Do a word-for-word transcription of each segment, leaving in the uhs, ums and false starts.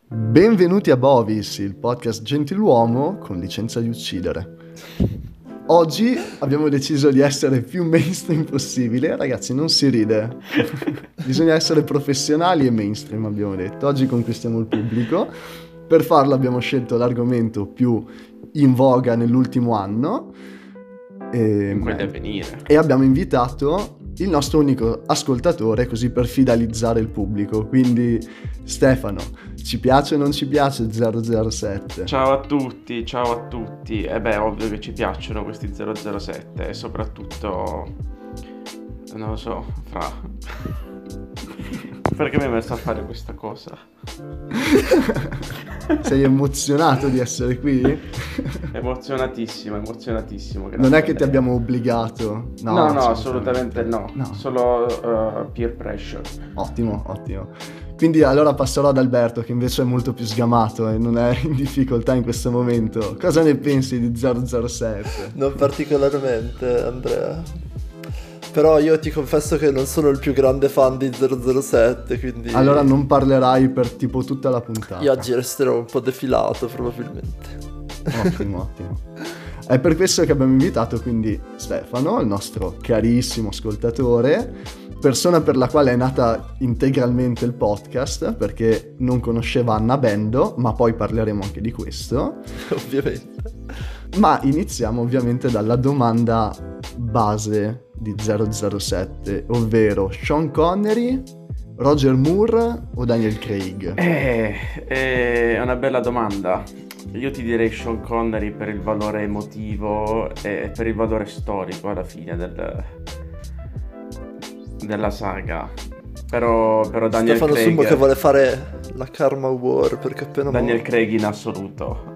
Benvenuti a Bovis, il podcast gentiluomo con licenza di uccidere. Oggi abbiamo deciso di essere più mainstream possibile. Ragazzi, non si ride. Bisogna essere professionali e mainstream, abbiamo detto. Oggi conquistiamo il pubblico. Per farlo abbiamo scelto l'argomento più in voga nell'ultimo anno. E, e abbiamo invitato il nostro unico ascoltatore, così per fidelizzare il pubblico. Quindi Stefano, ci piace o non ci piace zero zero sette? Ciao a tutti, ciao a tutti. E beh, ovvio che ci piacciono questi zero zero sette, e soprattutto, non lo so, fra... Perché mi hai messo a fare questa cosa? Sei emozionato di essere qui? Emozionatissimo, emozionatissimo. Non è che ti abbiamo obbligato? No, no, no assolutamente no. no. Solo uh, peer pressure. Ottimo, ottimo. Quindi allora passerò ad Alberto, che invece è molto più sgamato e non è in difficoltà in questo momento. Cosa ne pensi di zero zero sette? Non particolarmente, Andrea. Però io ti confesso che non sono il più grande fan di zero zero sette, quindi... Allora non parlerai per tipo tutta la puntata. Io oggi resterò un po' defilato probabilmente. Ottimo, ottimo. È per questo che abbiamo invitato quindi Stefano, il nostro carissimo ascoltatore, persona per la quale è nata integralmente il podcast, perché non conosceva Anna Bendo, ma poi parleremo anche di questo. Ovviamente. Ma iniziamo ovviamente dalla domanda base di zero zero sette, ovvero Sean Connery, Roger Moore o Daniel Craig? Eh, è una bella domanda. Io ti direi Sean Connery per il valore emotivo e per il valore storico alla fine del, della saga. Però, però Daniel Stefano Craig... Summo che vuole fare la Karma War perché appena... Daniel Craig in assoluto.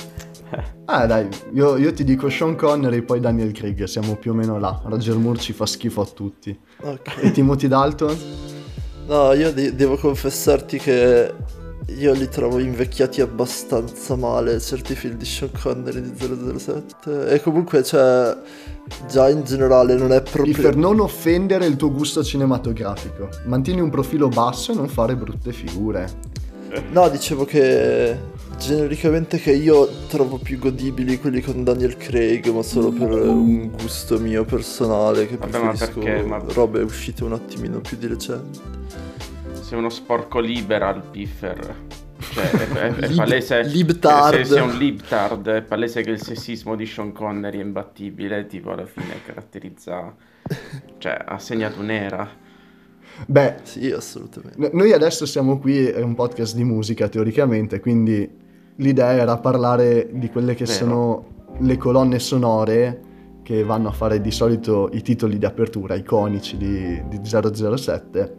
Ah dai, io, io ti dico Sean Connery, poi Daniel Craig, siamo più o meno là. Roger Moore ci fa schifo a tutti. Okay. E Timothy Dalton? No, io de- devo confessarti che io li trovo invecchiati abbastanza male, certi film di Sean Connery di zero zero sette. E comunque, cioè, già in generale non è proprio... Per non offendere il tuo gusto cinematografico, mantieni un profilo basso e non fare brutte figure. No, dicevo che... genericamente che io trovo più godibili quelli con Daniel Craig, ma solo per un gusto mio personale, che Vabbè, preferisco ma perché, ma... robe uscite un attimino più di recente. Sei uno sporco liberal, Piffer. Cioè, è, è, è Lib- palese... libtard. Se sei un libtard, è palese che il sessismo di Sean Connery è imbattibile, tipo alla fine caratterizza... cioè, ha segnato un'era. Beh, sì, assolutamente. N- noi adesso siamo qui, è un podcast di musica teoricamente, quindi l'idea era parlare di quelle che Vero. sono le colonne sonore che vanno a fare di solito i titoli di apertura iconici di, di zero zero sette,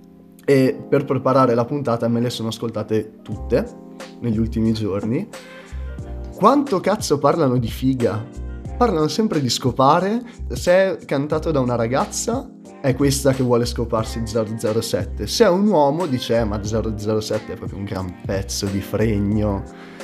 e per preparare la puntata me le sono ascoltate tutte negli ultimi giorni. Quanto cazzo parlano di figa? Parlano sempre di scopare. Se è cantato da una ragazza è questa che vuole scoparsi zero zero sette. Se è un uomo dice eh, ma zero zero sette è proprio un gran pezzo di fregno.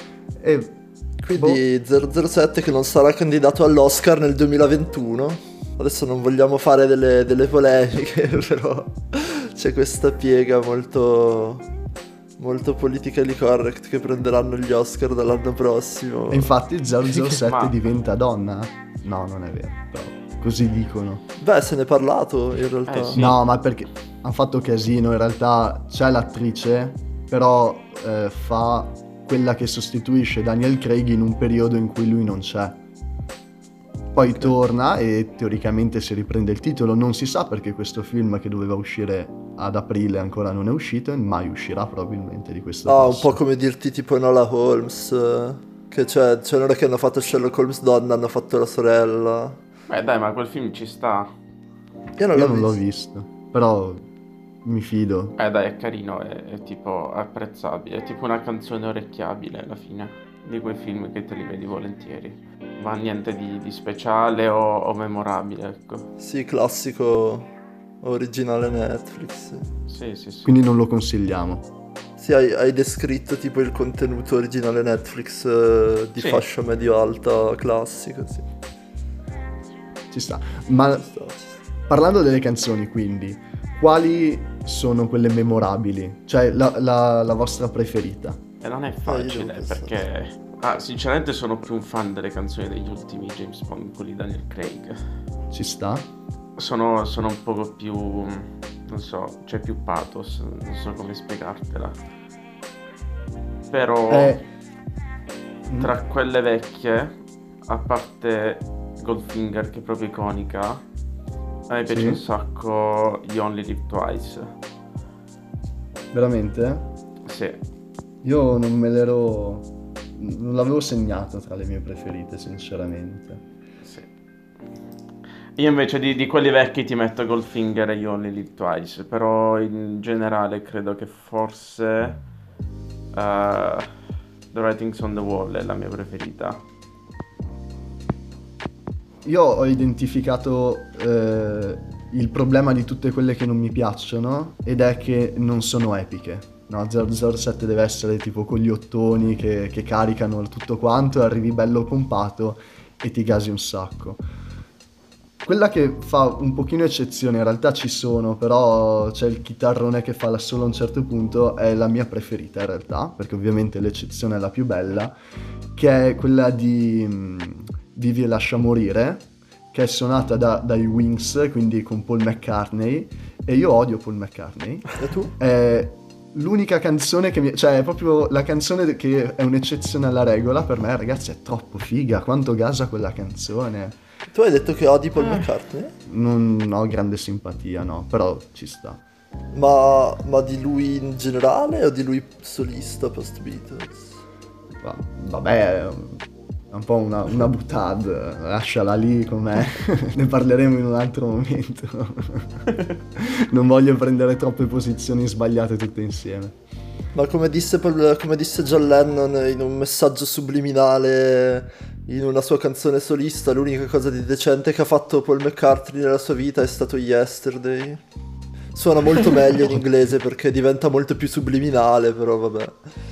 E quindi boh. zero zero sette che non sarà candidato all'Oscar nel duemilaventuno. Adesso non vogliamo fare delle, delle polemiche, però c'è questa piega molto molto politically correct che prenderanno gli Oscar dall'anno prossimo. E infatti zero zero sette Ma... diventa donna? No, non è vero, però così dicono. Beh, se ne è parlato in realtà. Eh, sì. No, ma perché hanno fatto casino, in realtà c'è l'attrice, però eh, fa quella che sostituisce Daniel Craig in un periodo in cui lui non c'è. Poi okay. torna e teoricamente si riprende il titolo. Non si sa perché questo film che doveva uscire ad aprile ancora non è uscito e mai uscirà probabilmente di questo Ah, passo. Un po' come dirti tipo Enola Holmes, che cioè, cioè non è che hanno fatto Sherlock Holmes donna, hanno fatto la sorella. Beh dai, ma quel film ci sta. Io non, Io l'ho, non visto. l'ho visto, però mi fido. Eh dai, è carino, è, è tipo apprezzabile, è tipo una canzone orecchiabile alla fine, di quei film che te li vedi volentieri. Ma niente di, di speciale o, o memorabile, ecco. Sì, classico originale Netflix. Sì, sì, sì. Quindi non lo consigliamo. Sì, hai, hai descritto tipo il contenuto originale Netflix eh, di Sì. fascia medio-alta classica, sì. Ci sta. Ma Ci sta, ci sta. parlando delle canzoni, quindi, quali sono quelle memorabili? Cioè, la, la, la vostra preferita? E non è io facile devo pensare. perché... Ah, sinceramente sono più un fan delle canzoni degli ultimi James Bond, quelli di Daniel Craig. Ci sta? Sono, sono un poco più... non so, c'è più pathos, non so come spiegartela. Però Eh, tra quelle vecchie, a parte Goldfinger che è proprio iconica, a me piace Sì. un sacco You Only Live Twice. veramente? Sì, Io non me l'ero... non l'avevo segnato tra le mie preferite, sinceramente. sì. Io invece di, di quelli vecchi ti metto Goldfinger e You Only Live Twice, però in generale credo che forse uh, The Writings on the Wall è la mia preferita. Io ho identificato eh, il problema di tutte quelle che non mi piacciono, ed è che non sono epiche. No, zero zero sette deve essere tipo con gli ottoni che, che caricano tutto quanto e arrivi bello pompato e ti gasi un sacco. Quella che fa un pochino eccezione, in realtà ci sono, però c'è il chitarrone che fa solo a un certo punto, è la mia preferita in realtà, perché ovviamente l'eccezione è la più bella, che è quella di mm, Vivi e lascia morire, che è suonata da- dai Wings, quindi con Paul McCartney, e io odio Paul McCartney. E tu? È l'unica canzone che mi... cioè è proprio la canzone che è un'eccezione alla regola per me, ragazzi, è troppo figa, quanto gasa quella canzone. Tu hai detto che odi Paul Eh. McCartney? Non ho grande simpatia, no, però ci sta. Ma, ma di lui in generale o di lui solista post Beatles? Va- Vabbè, è un po' una, una boutade, lasciala lì com'è, ne parleremo in un altro momento. Non voglio prendere troppe posizioni sbagliate tutte insieme. Ma come disse, Paul- come disse John Lennon in un messaggio subliminale in una sua canzone solista, l'unica cosa di decente che ha fatto Paul McCartney nella sua vita è stato Yesterday. Suona molto meglio in inglese perché diventa molto più subliminale, però vabbè.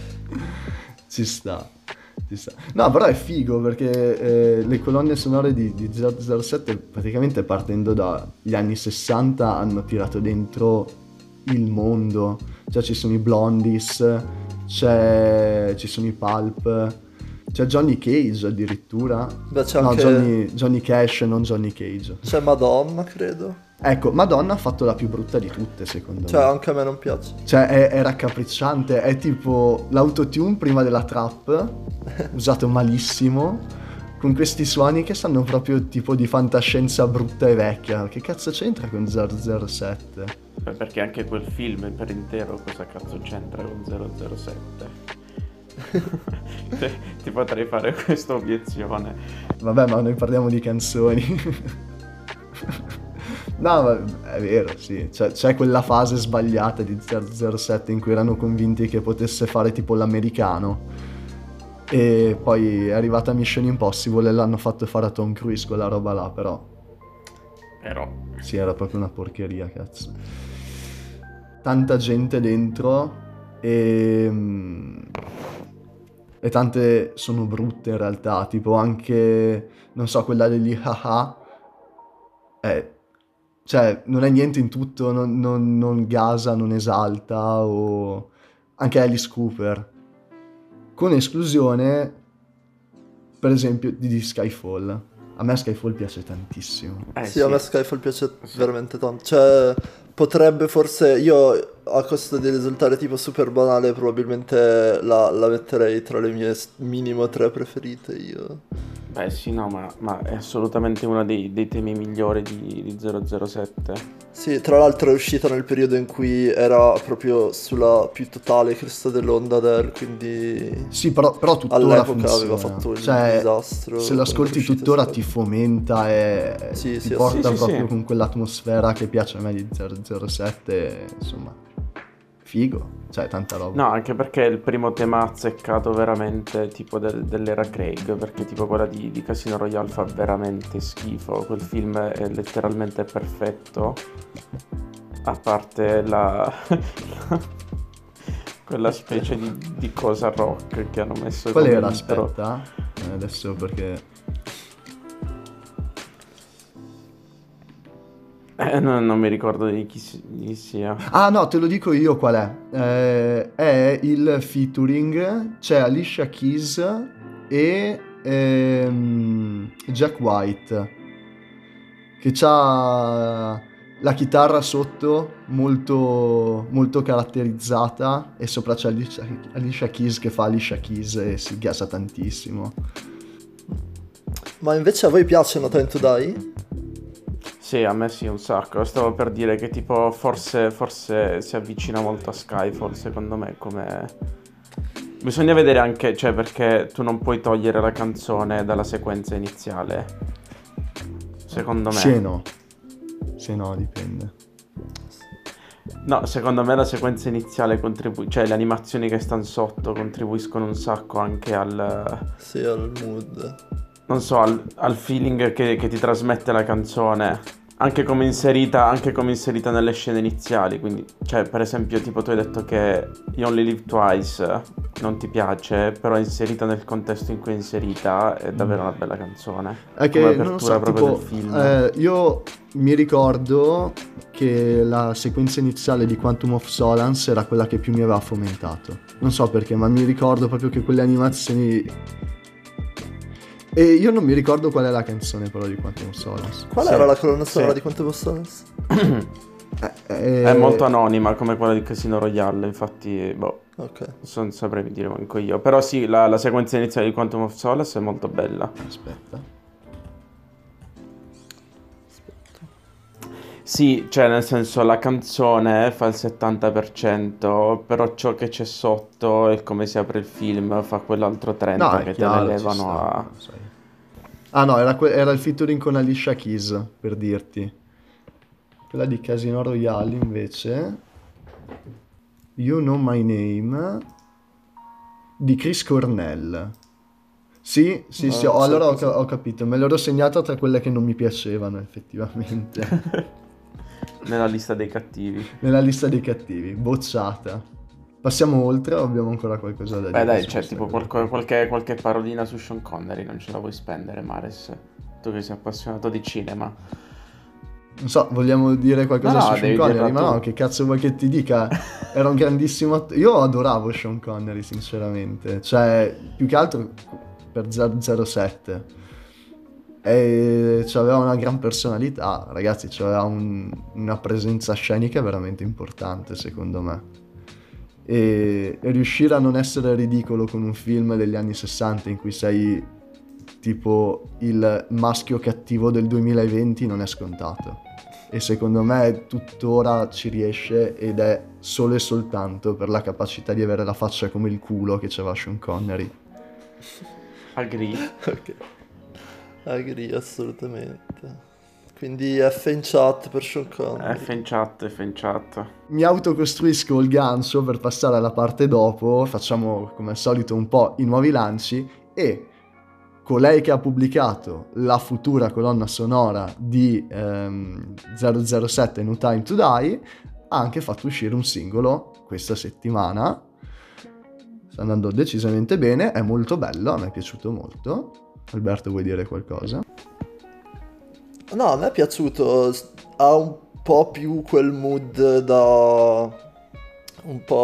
Ci sta, ci sta. No, però è figo perché eh, le colonne sonore di, di zero zero sette praticamente partendo dagli anni sessanta hanno tirato dentro il mondo. Cioè ci sono i Blondies, c'è, ci sono i Pulp, c'è Johnny Cage addirittura. Beh, c'è No, anche... Johnny, Johnny Cash, non Johnny Cage. C'è Madonna, credo. Ecco, Madonna ha fatto la più brutta di tutte, secondo Cioè, me. anche a me non piace. Cioè, è, è raccapricciante, è tipo l'autotune prima della trap, usato malissimo, con questi suoni che sanno proprio tipo di fantascienza brutta e vecchia. Che cazzo c'entra con zero zero sette? Beh, perché anche quel film per intero cosa cazzo c'entra con zero zero sette? Ti, ti potrei fare questa obiezione. Vabbè, ma noi parliamo di canzoni. No, ma è vero, sì. C'è, c'è quella fase sbagliata di zero zero sette in cui erano convinti che potesse fare tipo l'americano. E poi è arrivata Mission Impossible e l'hanno fatto fare a Tom Cruise quella roba là, però Però sì, era proprio una porcheria, cazzo. Tanta gente dentro e... mm, e tante sono brutte in realtà, tipo anche, non so, quella degli haha, è... cioè non è niente in tutto, non, non- non gasa, non esalta, o anche Alice Cooper, con esclusione, per esempio, di, di Skyfall. A me Skyfall piace tantissimo. eh, Sì, a me sì. Skyfall piace Sì. veramente tanto. Cioè, potrebbe forse... Io, a costo di risultare tipo super banale, probabilmente la, la metterei tra le mie s- minimo tre preferite io. Beh sì, no, ma, ma è assolutamente uno dei, dei temi migliori di, di zero zero sette. Sì, tra l'altro è uscita nel periodo in cui era proprio sulla più totale cresta dell'onda del, quindi... Sì, però, però tuttora All'epoca funziona. aveva fatto il Cioè, disastro se lo quando ascolti è uscito tuttora Skyfall. ti fomenta e Sì, ti sì, porta sì, sì, proprio sì. con quell'atmosfera che piace a me di zero zero sette, insomma, figo, cioè tanta roba. No, anche perché il primo tema azzeccato veramente tipo del- dell'era Craig, perché tipo quella di, di Casino Royale fa veramente schifo, quel film è letteralmente perfetto, a parte la... quella specie di, di cosa rock che hanno messo Qual come era? intro. Aspetta, eh, adesso perché... Eh, no, non mi ricordo di chi, si- di chi sia. Ah no, te lo dico io qual è. Eh, è il featuring, c'è Alicia Keys e ehm, Jack White, che c'ha la chitarra sotto molto, molto caratterizzata e sopra c'è Alicia, Alicia Keys che fa Alicia Keys e si gasa tantissimo. Ma invece a voi piace No Time to Die? Sì, a me sì, un sacco. Stavo per dire che tipo forse, forse si avvicina molto a Skyfall, secondo me, come... Bisogna vedere anche, cioè, perché tu non puoi togliere la canzone dalla sequenza iniziale. Secondo me. Sì e no. Sì e no, dipende. No, secondo me la sequenza iniziale contribuisce, cioè le animazioni che stanno sotto contribuiscono un sacco anche al... Sì, al mood. non so, al, al feeling che, che ti trasmette la canzone. Anche come inserita, anche come inserita nelle scene iniziali, quindi, cioè, per esempio, tipo tu hai detto che You Only Live Twice non ti piace, però inserita nel contesto in cui è inserita è davvero una bella canzone. È che, come non lo apertura so, proprio tipo, del film. eh, io mi ricordo che la sequenza iniziale di Quantum of Solace era quella che più mi aveva fomentato. Non so perché, ma mi ricordo proprio che quelle animazioni... E io non mi ricordo qual è la canzone però di Quantum of Solace. Qual Sì, era la colonna sonora sì. di Quantum of Solace? Eh, eh, È molto anonima come quella di Casino Royale, infatti, boh, Ok. non saprei dire manco io. Però sì, la, la sequenza iniziale di Quantum of Solace è molto bella. Aspetta. Sì, cioè nel senso la canzone fa il settanta per cento, però ciò che c'è sotto e come si apre il film fa quell'altro trenta No, che è te chiaro, ne ci levano sta, a... sai. Ah no, era, que- era il featuring con Alicia Keys, per dirti. Quella di Casino Royale invece, You Know My Name, di Chris Cornell. Sì, sì, No, sì, non ho- so allora ho, cos'è. ca- ho capito, me l'ero segnata tra quelle che non mi piacevano effettivamente. nella lista dei cattivi. Nella lista dei cattivi, bocciata. Passiamo oltre o abbiamo ancora qualcosa da Beh dire? dai, su c'è questa tipo cosa qualco- qua? qualche, qualche parolina su Sean Connery, non ce la vuoi spendere, Mares? Tu che sei appassionato di cinema. Non so, vogliamo dire qualcosa No, no, su Sean devi Connery? dirla Ma tu. no, che cazzo vuoi che ti dica? Era un grandissimo attore. Io adoravo Sean Connery, sinceramente. Cioè, più che altro per zero zero sette. E aveva una gran personalità, ragazzi, c'aveva un- una presenza scenica veramente importante, secondo me. E, e riuscire a non essere ridicolo con un film degli anni sessanta in cui sei tipo il maschio cattivo del duemilaventi non è scontato. E secondo me tuttora ci riesce ed è solo e soltanto per la capacità di avere la faccia come il culo che c'aveva Sean Connery. Agree. Ok. Agree, assolutamente. Quindi F in chat per Sean Connery. F in chat, F in chat. Mi autocostruisco il gancio per passare alla parte dopo, facciamo come al solito un po' i nuovi lanci e colei che ha pubblicato la futura colonna sonora di ehm, zero zero sette No Time to Die ha anche fatto uscire un singolo questa settimana. Sta andando decisamente bene, è molto bello, a me è piaciuto molto. Alberto, vuoi dire qualcosa? No, a me è piaciuto, ha un po' più quel mood da un po'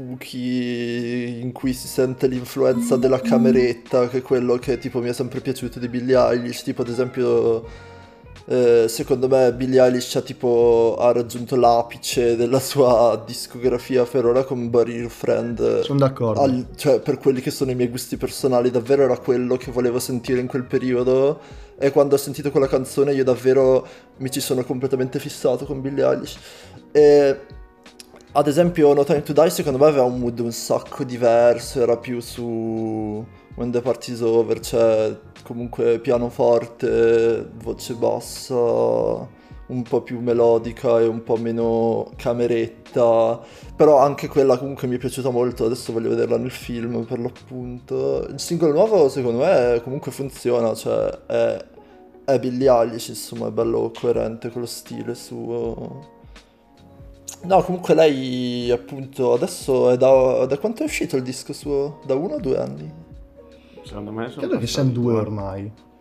spooky in cui si sente l'influenza della cameretta, che è quello che tipo mi è sempre piaciuto di Billie Eilish, tipo ad esempio eh, secondo me Billie Eilish ha tipo ha raggiunto l'apice della sua discografia per ora con Bury Your Friend. Sono d'accordo. Al- cioè per quelli che sono i miei gusti personali davvero era quello che volevo sentire in quel periodo. E quando ho sentito quella canzone io davvero mi ci sono completamente fissato con Billie Eilish. E ad esempio No Time to Die secondo me aveva un mood un sacco diverso, era più su When the Party's Over, cioè comunque pianoforte, voce bassa, un po' più melodica e un po' meno cameretta, però anche quella comunque mi è piaciuta molto, adesso voglio vederla nel film per l'appunto. Il singolo nuovo secondo me comunque funziona, cioè è, è Billie Eilish, insomma è bello coerente con lo stile suo. No, comunque lei appunto adesso è da, da quanto è uscito il disco suo? Da uno o due anni? Secondo me sono Credo che passati siano due due. ormai.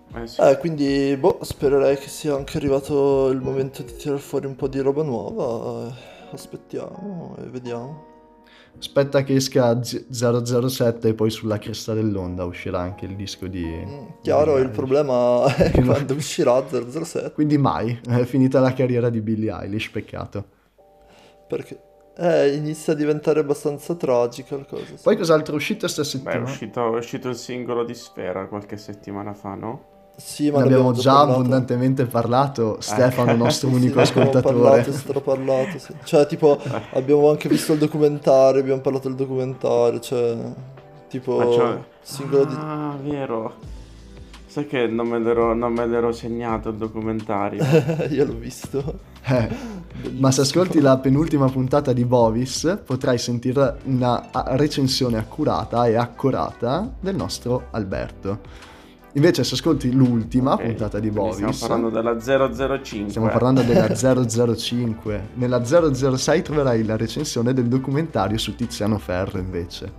Eh sì. Eh, quindi, boh, spererei che sia anche arrivato il momento di tirar fuori un po' di roba nuova. eh, Aspettiamo e vediamo. Aspetta che esca Z- zero zero sette e poi sulla cresta dell'onda uscirà anche il disco di... Mm, di chiaro, Billie il Eilish. problema è Che no- quando uscirà zero zero sette. Quindi mai, è finita la carriera di Billie Eilish, peccato. Perché eh, inizia a diventare abbastanza tragica la cosa. sì. Poi cos'altro è uscito sta Beh, è settimana? uscito, è uscito il singolo di Sfera qualche settimana fa, no? Sì, ma Ne ne abbiamo già parlato. abbondantemente parlato, Stefano, nostro Sì, sì, unico ne abbiamo ascoltatore. parlato, straparlato, sì. Cioè, tipo, abbiamo anche visto il documentario, abbiamo parlato del documentario, cioè, tipo, Ma c'ho... singolo di... Ah, vero. Sai che non me l'ero, non me l'ero segnato il documentario. Io l'ho visto. Eh, ma se ascolti la penultima puntata di Bovis potrai sentire una a- recensione accurata e accurata del nostro Alberto. Invece se ascolti l'ultima Ok, puntata di quindi Bovis, stiamo parlando della zero zero cinque. stiamo parlando della zero zero cinque. Nella zero zero sei troverai la recensione del documentario su Tiziano Ferro invece.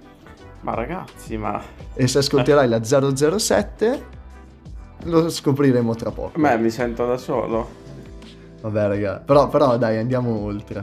Ma ragazzi, ma... E se ascolterai la zero zero sette lo scopriremo tra poco. Beh, mi sento da solo. Vabbè raga, però, però dai, andiamo oltre.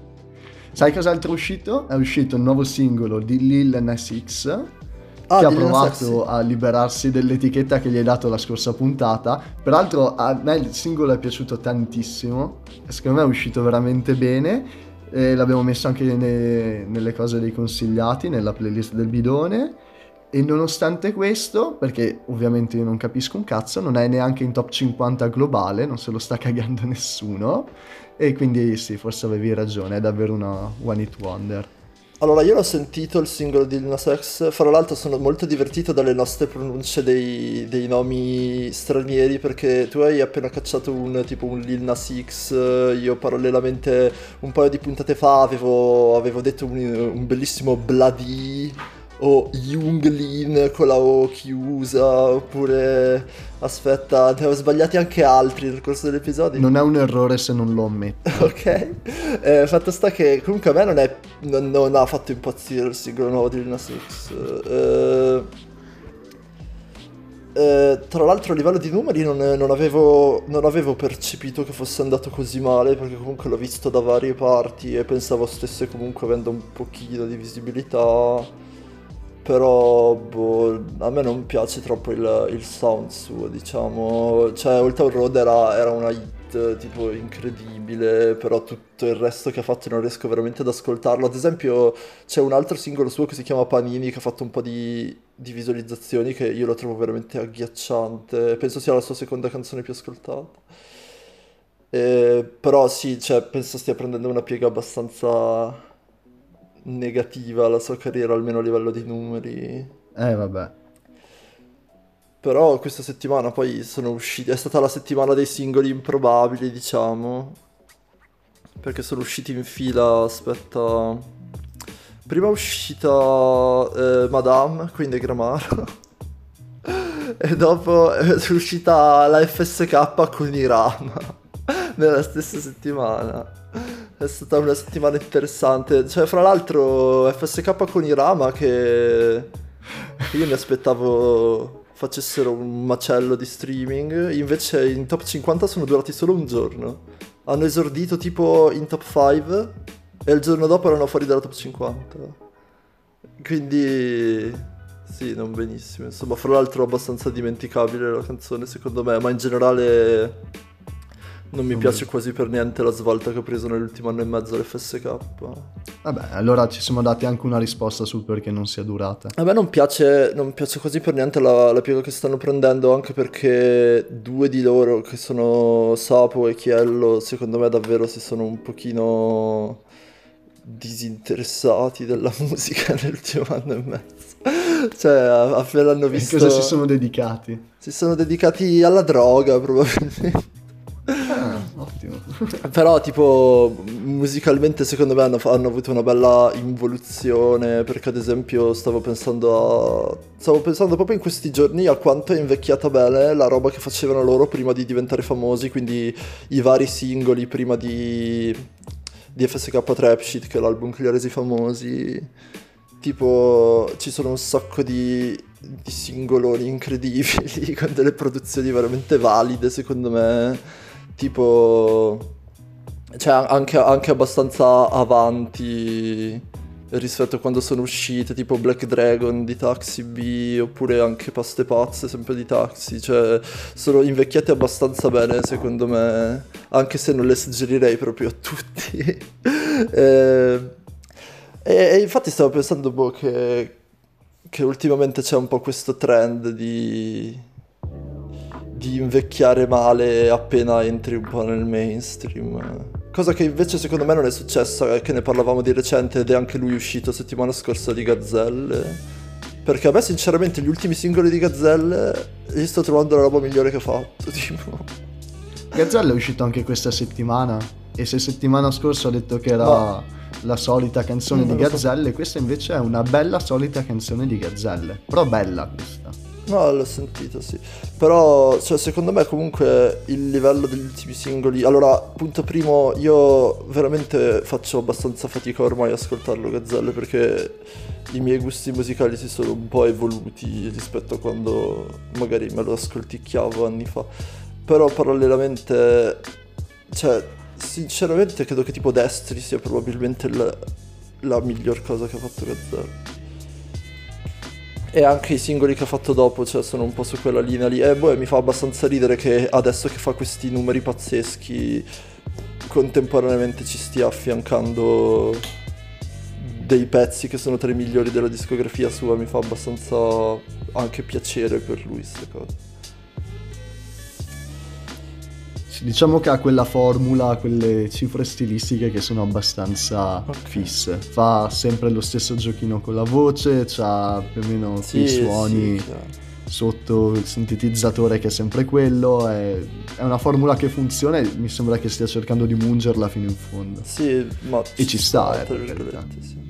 Sai cos'altro è uscito? È uscito il nuovo singolo di Lil Nas X, Ah, che ha di Lil Nas provato X, a liberarsi dell'etichetta che gli hai dato la scorsa puntata. Peraltro a me il singolo è piaciuto tantissimo, secondo me è uscito veramente bene, e l'abbiamo messo anche ne- nelle cose dei consigliati, nella playlist del bidone. E nonostante questo, perché ovviamente io non capisco un cazzo, non è neanche in top cinquanta globale, non se lo sta cagando nessuno. E quindi sì, forse avevi ragione, è davvero una one hit wonder. Allora, io l'ho sentito il singolo di Lil Nas X, fra l'altro sono molto divertito dalle nostre pronunce dei, dei nomi stranieri, perché tu hai appena cacciato un tipo un Lil Nas X, io parallelamente un paio di puntate fa avevo, avevo detto un, un bellissimo Bladi o Junglin con la O chiusa, oppure aspetta, ne ho sbagliati anche altri nel corso dell'episodio. Non è un errore se non lo ammetti. Ok, eh, fatto sta che comunque a me non, è, non, non ha fatto impazzire il singolo nuovo di Lil Nas X. Eh, eh, tra l'altro a livello di numeri non, non avevo, non avevo percepito che fosse andato così male, perché comunque l'ho visto da varie parti e pensavo stesse comunque avendo un pochino di visibilità. Però boh, a me non piace troppo il, il sound suo, diciamo. Cioè, Old Town Road era, era una hit tipo incredibile, però tutto il resto che ha fatto non riesco veramente ad ascoltarlo. Ad esempio, c'è un altro singolo suo che si chiama Panini, che ha fatto un po' di, di visualizzazioni, che io lo trovo veramente agghiacciante. Penso sia la sua seconda canzone più ascoltata. Eh, però sì, cioè, penso stia prendendo una piega abbastanza negativa la sua carriera, almeno a livello di numeri. Eh vabbè. Però questa settimana poi sono usciti, è stata la settimana dei singoli improbabili, diciamo, perché sono usciti in fila, aspetta, prima è uscita eh, Madame, quindi Gramaro, e dopo è uscita la F S K con Irama, nella stessa settimana. È stata una settimana interessante. Cioè, fra l'altro, F S K con Irama che io mi aspettavo facessero un macello di streaming. Invece in top cinquanta sono durati solo un giorno. Hanno esordito tipo in top cinque e il giorno dopo erano fuori dalla top cinquanta. Quindi sì, non benissimo. Insomma, fra l'altro abbastanza dimenticabile la canzone secondo me, ma in generale non mi piace quasi per niente la svolta che ho preso nell'ultimo anno e mezzo l'F S K. Vabbè, allora ci siamo dati anche una risposta sul perché non sia durata. A me non piace, non piace quasi per niente la, la piega che stanno prendendo, anche perché due di loro, che sono Sapo e Chiello, secondo me davvero si sono un pochino disinteressati della musica nell'ultimo anno e mezzo. Cioè, a- appena hanno E visto... cosa si sono dedicati? Si sono dedicati alla droga, probabilmente. Ah, ottimo. Però tipo musicalmente secondo me hanno, hanno avuto una bella involuzione, perché ad esempio stavo pensando a... Stavo pensando proprio in questi giorni a quanto è invecchiata bene la roba che facevano loro prima di diventare famosi, quindi i vari singoli prima di, di F S K Trap Shit, che è l'album che li ha resi famosi. Tipo ci sono un sacco di di singoloni incredibili con delle produzioni veramente valide secondo me, tipo cioè anche, anche abbastanza avanti rispetto a quando sono uscite, tipo Black Dragon di Taxi B, oppure anche Paste Pazze sempre di Taxi, cioè sono invecchiate abbastanza bene secondo me, anche se non le suggerirei proprio a tutti. e, e, e infatti stavo pensando boh, che, che ultimamente c'è un po' questo trend di, di invecchiare male appena entri un po' nel mainstream. Cosa che invece secondo me non è successa, che ne parlavamo di recente ed è anche lui uscito settimana scorsa di Gazzelle. Perché a me sinceramente gli ultimi singoli di Gazzelle li sto trovando la roba migliore che ha fatto, tipo. Gazzelle è uscito anche questa settimana e se settimana scorsa ho detto che era Ma... la solita canzone non di lo so. Gazzelle, questa invece è una bella solita canzone di Gazzelle, però bella questa. No, l'ho sentito, sì. Però, cioè, secondo me comunque il livello degli ultimi singoli... Allora, punto primo, io veramente faccio abbastanza fatica ormai a ascoltarlo Gazzelle perché i miei gusti musicali si sono un po' evoluti rispetto a quando magari me lo ascolticchiavo anni fa. Però parallelamente, cioè, sinceramente credo che tipo Destri sia probabilmente la, la miglior cosa che ha fatto Gazzelle. E anche i singoli che ha fatto dopo, cioè, sono un po' su quella linea lì. E boh, mi fa abbastanza ridere che adesso che fa questi numeri pazzeschi, contemporaneamente ci stia affiancando dei pezzi che sono tra i migliori della discografia sua. Mi fa abbastanza anche piacere per lui queste cose. Diciamo che ha quella formula, quelle cifre stilistiche che sono abbastanza Ok. fisse. Fa sempre lo stesso giochino con la voce, c'ha più o meno Sì, i suoni sì, chiaro. sotto il sintetizzatore che è sempre quello. È, è una formula che funziona e mi sembra che stia cercando di mungerla fino in fondo. Sì, ma E ci sta, eh, tra per virgolette, carità. sì.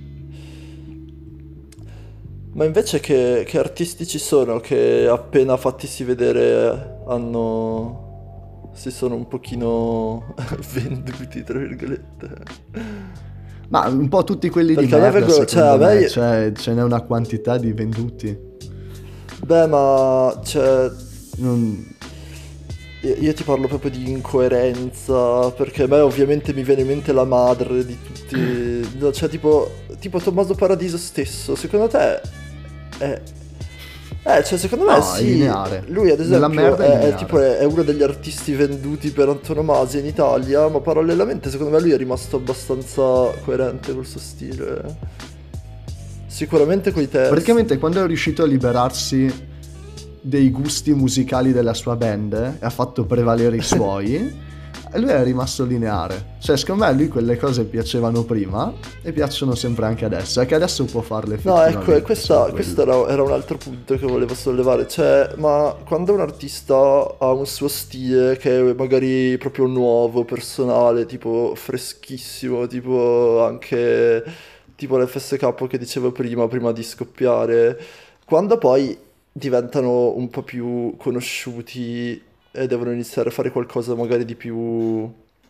Ma invece che, che artisti ci sono che appena fattisi vedere hanno... si sono un pochino venduti, tra virgolette. Ma un po' tutti quelli Perché di a me merda, vengono- secondo cioè, a me, me- cioè, ce n'è una quantità di venduti. Beh, ma cioè, Non... io, io ti parlo proprio di incoerenza, perché a me ovviamente mi viene in mente la madre di tutti, no, cioè tipo, tipo Tommaso Paradiso stesso, secondo te è... Eh, cioè secondo me No, è sì, lineare. lui ad Nella esempio merda è è, è lineare. tipo è, è uno degli artisti venduti per antonomasia in Italia, ma parallelamente secondo me lui è rimasto abbastanza coerente col suo stile. Sicuramente coi testi. Praticamente quando è riuscito a liberarsi dei gusti musicali della sua band eh, e ha fatto prevalere i suoi, lui è rimasto lineare. Cioè secondo me a lui quelle cose piacevano prima e piacciono sempre anche adesso. È che adesso può farle No, effettivamente. ecco, e questa- solo questo quello. era, era un altro punto che volevo sollevare. Cioè, ma quando un artista ha un suo stile che è magari proprio nuovo, personale, tipo freschissimo, tipo anche tipo l'F S K che dicevo prima, prima di scoppiare, quando poi diventano un po' più conosciuti e devono iniziare a fare qualcosa magari di più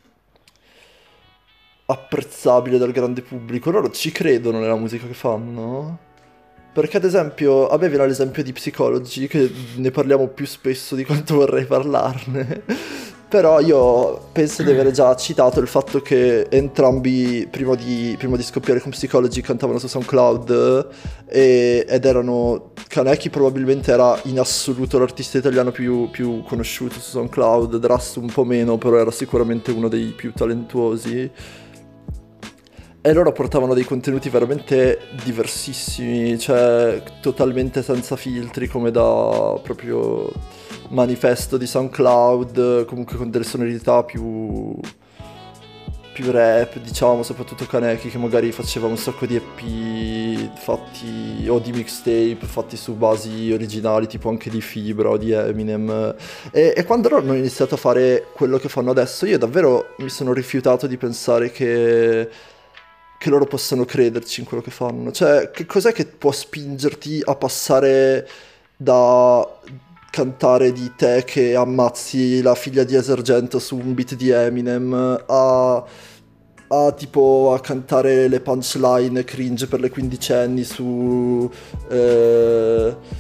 apprezzabile dal grande pubblico, loro ci credono nella musica che fanno? Perché ad esempio, a me viene l'esempio di Psychology, che ne parliamo più spesso di quanto vorrei parlarne, però io penso di aver già citato il fatto che entrambi, prima di, prima di scoppiare con Psychology, cantavano su SoundCloud e- ed erano... Kaneki probabilmente era in assoluto l'artista italiano più, più conosciuto su SoundCloud, Drast un po' meno, però era sicuramente uno dei più talentuosi. E loro portavano dei contenuti veramente diversissimi, cioè totalmente senza filtri, come da proprio manifesto di SoundCloud, comunque con delle sonorità più, più rap, diciamo, soprattutto Kaneki che magari faceva un sacco di E P fatti, o di mixtape fatti su basi originali, tipo anche di Fibra o di Eminem. E, e quando loro hanno iniziato a fare quello che fanno adesso, io davvero mi sono rifiutato di pensare che... che loro possano crederci in quello che fanno. Cioè, che cos'è che può spingerti a passare da cantare di te che ammazzi la figlia di Esergento su un beat di Eminem a, a tipo a cantare le punchline cringe per le quindicenni su... Eh,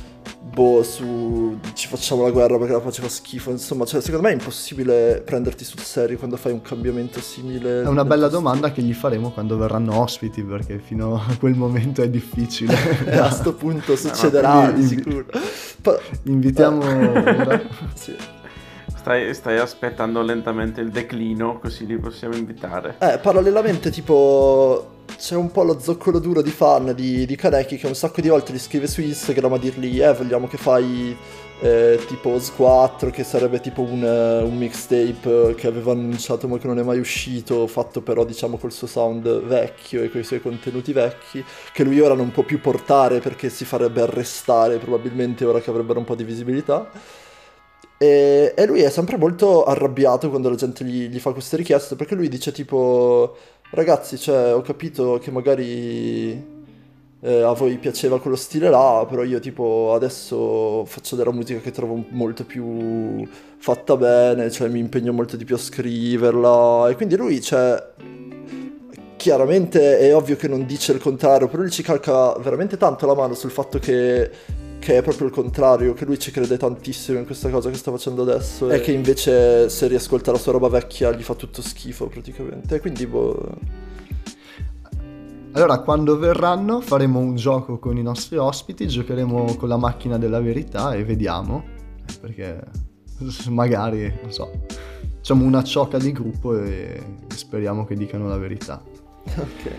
boh, su ci facciamo la guerra perché la faceva schifo, insomma, cioè secondo me è impossibile prenderti sul serio quando fai un cambiamento simile. È una bella domanda che gli faremo quando verranno ospiti, perché fino a quel momento è difficile. E a sto punto succederà di Invi- sicuro. Pa- Invitiamo ora. Sì. Stai, stai aspettando lentamente il declino, così li possiamo invitare. Eh, parallelamente, tipo, c'è un po' lo zoccolo duro di fan di, di Kaneki che un sacco di volte gli scrive su Instagram a dirgli, eh, vogliamo che fai eh, tipo S quattro, che sarebbe tipo un, eh, un mixtape che aveva annunciato ma che non è mai uscito, fatto però diciamo col suo sound vecchio e coi suoi contenuti vecchi, che lui ora non può più portare perché si farebbe arrestare probabilmente ora che avrebbero un po' di visibilità. E, e lui è sempre molto arrabbiato quando la gente gli, gli fa queste richieste, perché lui dice tipo, ragazzi, cioè, ho capito che magari eh, a voi piaceva quello stile là, però io tipo adesso faccio della musica che trovo molto più fatta bene, cioè mi impegno molto di più a scriverla, e quindi lui, cioè, chiaramente è ovvio che non dice il contrario, però lui ci calca veramente tanto la mano sul fatto che che è proprio il contrario, che lui ci crede tantissimo in questa cosa che sta facendo adesso e che invece se riascolta la sua roba vecchia gli fa tutto schifo praticamente, quindi boh. Allora, quando verranno faremo un gioco con i nostri ospiti, giocheremo con la macchina della verità e vediamo, perché magari, non so, facciamo una ciocca di gruppo e speriamo che dicano la verità. Ok.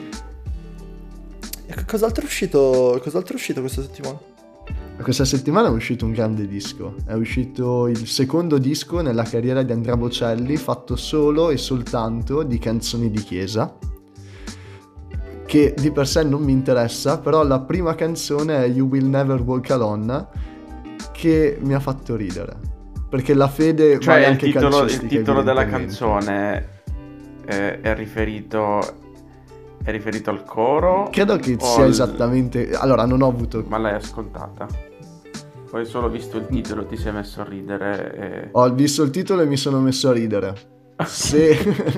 E cos'altro è uscito, cos'altro è uscito questa settimana? Questa settimana è uscito un grande disco, è uscito il secondo disco nella carriera di Andrea Bocelli fatto solo e soltanto di canzoni di chiesa, che di per sé non mi interessa, però la prima canzone è You Will Never Walk Alone, che mi ha fatto ridere, perché la fede Cioè vale il anche titolo, il calcistica, titolo della evidentemente. canzone è, è riferito è riferito al coro? Credo che o sia al- esattamente... Allora, non ho avuto... Ma l'hai ascoltata? O hai solo visto il titolo, ti sei messo a ridere e... Ho visto il titolo e mi sono messo a ridere. Se,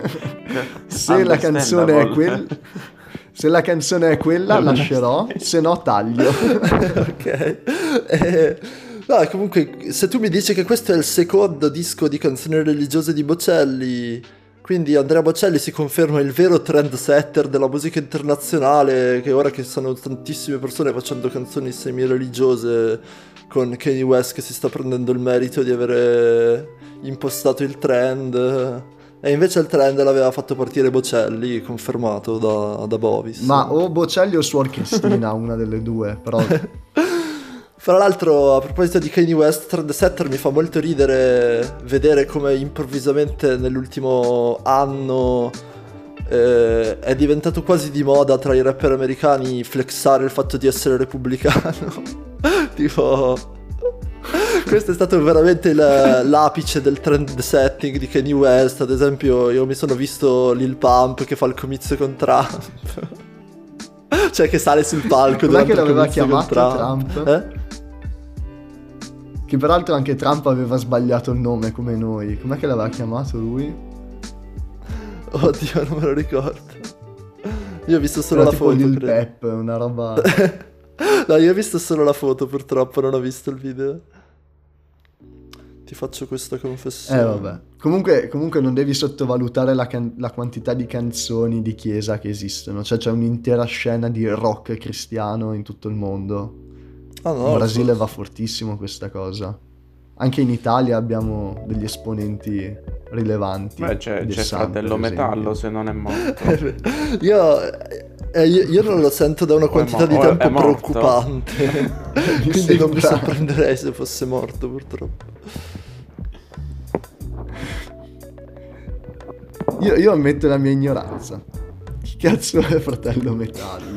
se la canzone è quella, se la canzone è quella, lascerò, se no taglio. Ok. Eh, no, comunque, se tu mi dici che questo è il secondo disco di canzoni religiose di Bocelli, quindi Andrea Bocelli si conferma il vero trendsetter della musica internazionale, che ora che stanno tantissime persone facendo canzoni semi-religiose, con Kanye West che si sta prendendo il merito di avere impostato il trend, e invece il trend l'aveva fatto partire Bocelli, confermato da, da Bovis. Ma o Bocelli o Suor Cristina, una delle due, però... Fra l'altro, a proposito di Kanye West, trendsetter, mi fa molto ridere vedere come improvvisamente nell'ultimo anno eh, è diventato quasi di moda tra i rapper americani flexare il fatto di essere repubblicano. Tipo, questo è stato veramente il- l'apice del trend setting di Kanye West. Ad esempio, io mi sono visto Lil Pump che fa il comizio con Trump. Cioè che sale sul palco Com'è durante che il l'aveva comizio con chiamato Trump. Trump? Eh? Che peraltro anche Trump aveva sbagliato il nome come noi. Com'è che l'aveva chiamato lui? Oddio, non me lo ricordo. Io ho visto solo Era la tipo foto, Lil credo. Pep, una roba... No, io ho visto solo la foto, purtroppo non ho visto il video. Ti faccio questa confessione. Eh vabbè. Comunque, comunque non devi sottovalutare la, can- la quantità di canzoni di chiesa che esistono. Cioè c'è un'intera scena di rock cristiano in tutto il mondo. Ah, no, In Brasile so- va fortissimo questa cosa. Anche in Italia abbiamo degli esponenti rilevanti. Beh, c'è, The c'è Sun, Fratello per esempio. Metallo, se non è morto. Io, eh, io, io non lo sento da una O è quantità mo- di o è- tempo è morto. preoccupante. Mi Quindi non mi sembra- sorprenderei se fosse morto, purtroppo. Io, io ammetto la mia ignoranza. Chi cazzo è Fratello Metallo?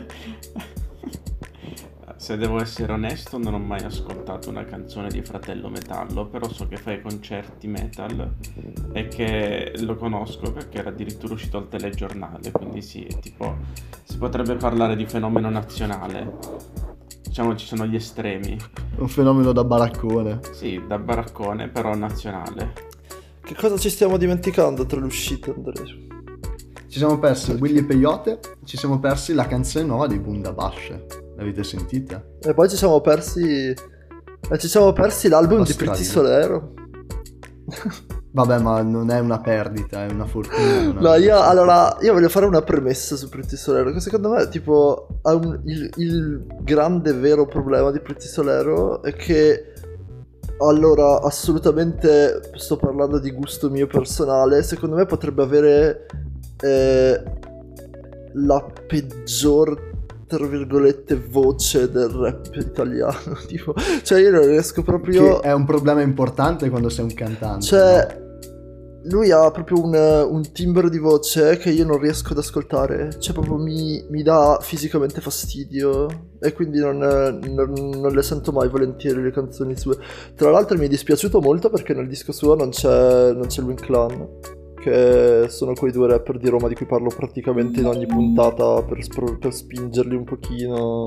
Se devo essere onesto, non ho mai ascoltato una canzone di Fratello Metallo, però so che fa i concerti metal e che lo conosco perché era addirittura uscito al telegiornale, quindi sì, tipo, si potrebbe parlare di fenomeno nazionale. Diciamo ci sono gli estremi. Un fenomeno da baraccone. Sì, da baraccone, però nazionale. Che cosa ci stiamo dimenticando tra le uscite, Andrea? Ci siamo persi Willy Peyote, ci siamo persi la canzone nuova dei Bunda Bash. L'avete sentita? E poi ci siamo persi E ci siamo persi l'album di Australia. Pretty Solero. Vabbè, ma non è una perdita, è una fortuna. non è No, una io fortuna. allora io voglio fare una premessa su Pretty Solero, che secondo me tipo ha un- il, il grande vero problema di Pretty Solero è che allora assolutamente sto parlando di gusto mio personale, secondo me potrebbe avere eh, la peggior tra virgolette voce del rap italiano, tipo, cioè io non riesco proprio. Che è un problema importante quando sei un cantante. Cioè, lui ha proprio un, un timbro di voce che io non riesco ad ascoltare. Cioè, proprio mi, mi dà fisicamente fastidio. E quindi non, non- non le sento mai volentieri le canzoni sue. Tra l'altro mi è dispiaciuto molto perché nel disco suo non c'è, non c'è Luin Clan, che sono quei due rapper di Roma di cui parlo praticamente in ogni puntata per, spro- per spingerli un pochino.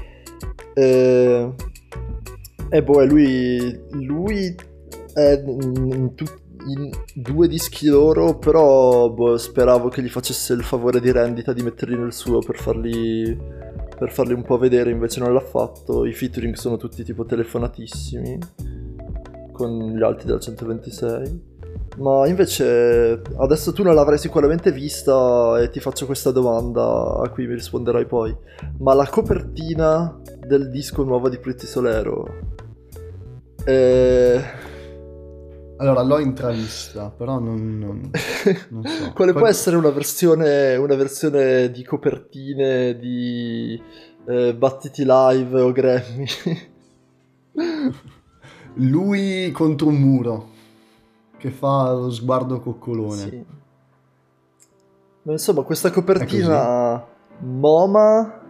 E, e boh, e lui, lui è in, in tutti in due dischi loro, però boh, speravo che gli facesse il favore di rendita di metterli nel suo per farli per farli un po' vedere, invece non l'ha fatto. I featuring sono tutti tipo telefonatissimi con gli altri della centoventisei. Ma invece adesso tu non l'avrai sicuramente vista e ti faccio questa domanda a cui mi risponderai poi. Ma la copertina del disco nuovo di Pretty Solero eh, Allora, l'ho intravista, però non, non, non so. quale può Qual- essere una versione, una versione di copertine di eh, Battiti Live o Grammy? Lui contro un muro, che fa lo sguardo coccolone. Sì. Ma insomma, questa copertina MoMA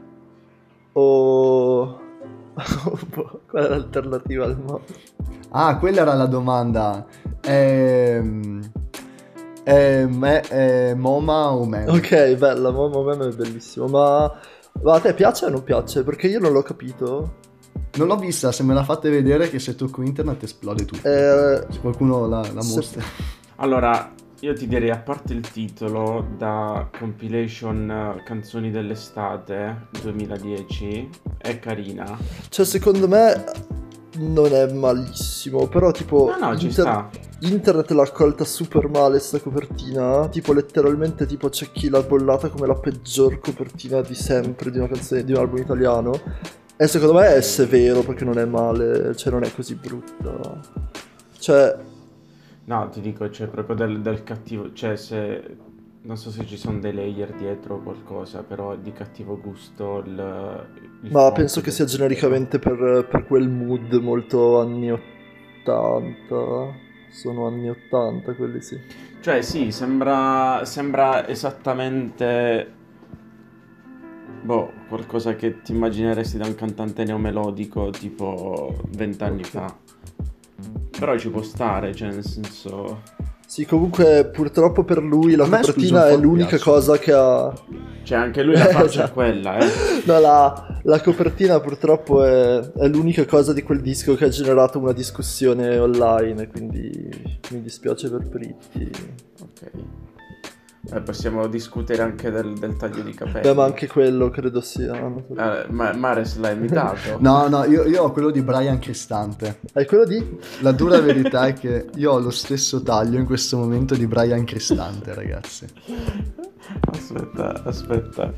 o... qual è l'alternativa al MoMA? Ah, quella era la domanda. Ehm, È, me- è MoMA o meme? Ok, bella, MoMA meme è bellissimo, ma... ma a te piace o non piace? Perché io non l'ho capito. Non l'ho vista, se me la fate vedere che se tocco internet esplode tutto. Eh, Se qualcuno la, la se- mostra. Allora, io ti direi, a parte il titolo, da compilation eh, Canzoni dell'estate duemiladieci, è carina. Cioè, secondo me non è malissimo, però tipo... No, no, ci inter- sta. Internet l'ha accolta super male sta copertina, tipo letteralmente tipo c'è chi l'ha bollata come la peggior copertina di sempre di una canzone, di un album italiano. E secondo me è severo perché non è male, cioè non è così brutta. Cioè, No, ti dico, c'è proprio del, del cattivo, cioè se, non so se ci sono dei layer dietro o qualcosa, però di cattivo gusto il, il ma font penso che del sia titolo. genericamente per, per quel mood molto anni ottanta. Sono anni ottanta quelli, sì. Cioè sì, sembra, sembra esattamente, boh, qualcosa che ti immagineresti da un cantante neomelodico tipo vent'anni fa. Però ci può stare, cioè nel senso... Sì, comunque purtroppo per lui la A me, scusa, copertina un è po' l'unica piace. cosa che ha... Cioè anche lui la faccia è Esatto. quella, eh. No, la, la copertina purtroppo è, è l'unica cosa di quel disco che ha generato una discussione online, quindi mi dispiace per Pritti. Ok. Eh, possiamo discutere anche del, del taglio di capelli. Beh, ma anche quello credo sia... Eh, ma Mares l'ha imitato? No, no, io, io ho quello di Brian Cristante. È quello di... La dura verità è che io ho lo stesso taglio in questo momento di Brian Cristante, ragazzi. Aspetta, aspetta.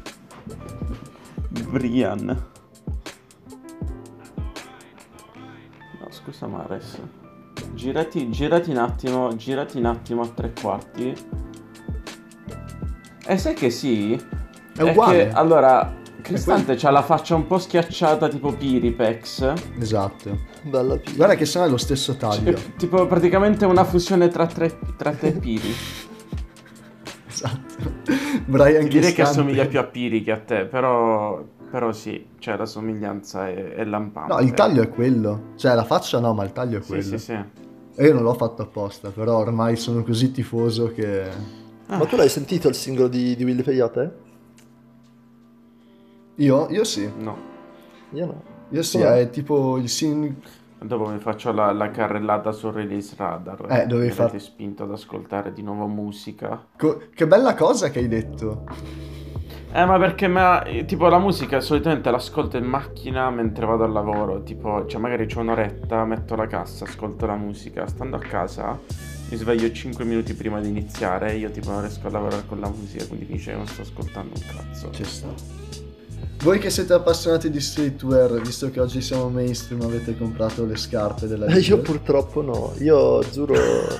Brian. No, scusa Mares. Girati, girati un attimo, girati un attimo a tre quarti. E sai che sì? È uguale. Che, allora, Cristante c'ha la faccia un po' schiacciata tipo Piripex. Esatto. Bella pizza. Guarda che sono lo stesso taglio. Cioè, tipo praticamente una fusione tra tre, tra tre Piri. Esatto. Brian Ti direi che Cristante. assomiglia più a Piri che a te, però, però sì, cioè la somiglianza è, è lampante. No, il taglio è quello. Cioè, la faccia no, ma il taglio è Sì, quello. sì, sì. E io non l'ho fatto apposta, però ormai sono così tifoso che... Ma tu l'hai sentito il singolo di, di Willy Peyote? Io? Io sì. No. Io no. Io sì, Com'è? è tipo il sing... Dopo mi faccio la, la carrellata sul release radar. Eh, dovevi Mi far- avete spinto ad ascoltare di nuovo musica. Co- che bella cosa che hai detto. Eh, ma perché ma, tipo la musica solitamente l'ascolto in macchina mentre vado al lavoro, tipo, cioè magari c'ho un'oretta, metto la cassa, ascolto la musica, stando a casa mi sveglio cinque minuti prima di iniziare e io tipo non riesco a lavorare con la musica, quindi finisce che non sto ascoltando un cazzo. Ci sta. Voi che siete appassionati di streetwear, visto che oggi siamo mainstream, avete comprato le scarpe della Eh, io purtroppo no, io giuro...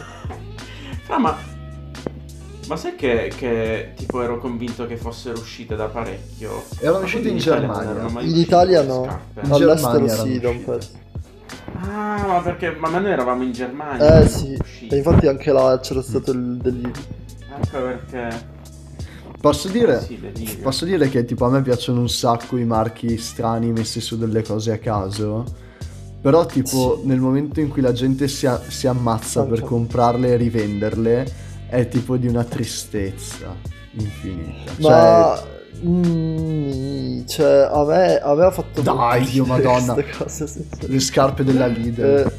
Ah, ma... Ma sai che, che tipo ero convinto che fossero uscite da parecchio? Erano Ma uscite quindi in Italia non Germania. erano mai In uscite Italia le no, scarpe? In all'estero Germania sì, da un erano pezzo. Ah, ma perché? Ma noi eravamo in Germania. Eh sì, e infatti anche là c'era stato il delirio. Ecco perché... Posso dire, Sì, delirio. posso dire che tipo a me piacciono un sacco i marchi strani messi su delle cose a caso, però tipo Sì. nel momento in cui la gente si, a- si ammazza per Anche. comprarle e rivenderle è tipo di una tristezza infinita. Ma... Cioè, mm, cioè, a me, a me ha fatto Dai, molto Dio, ridere Madonna. queste cose, sinceramente. le scarpe della Lidl. Eh,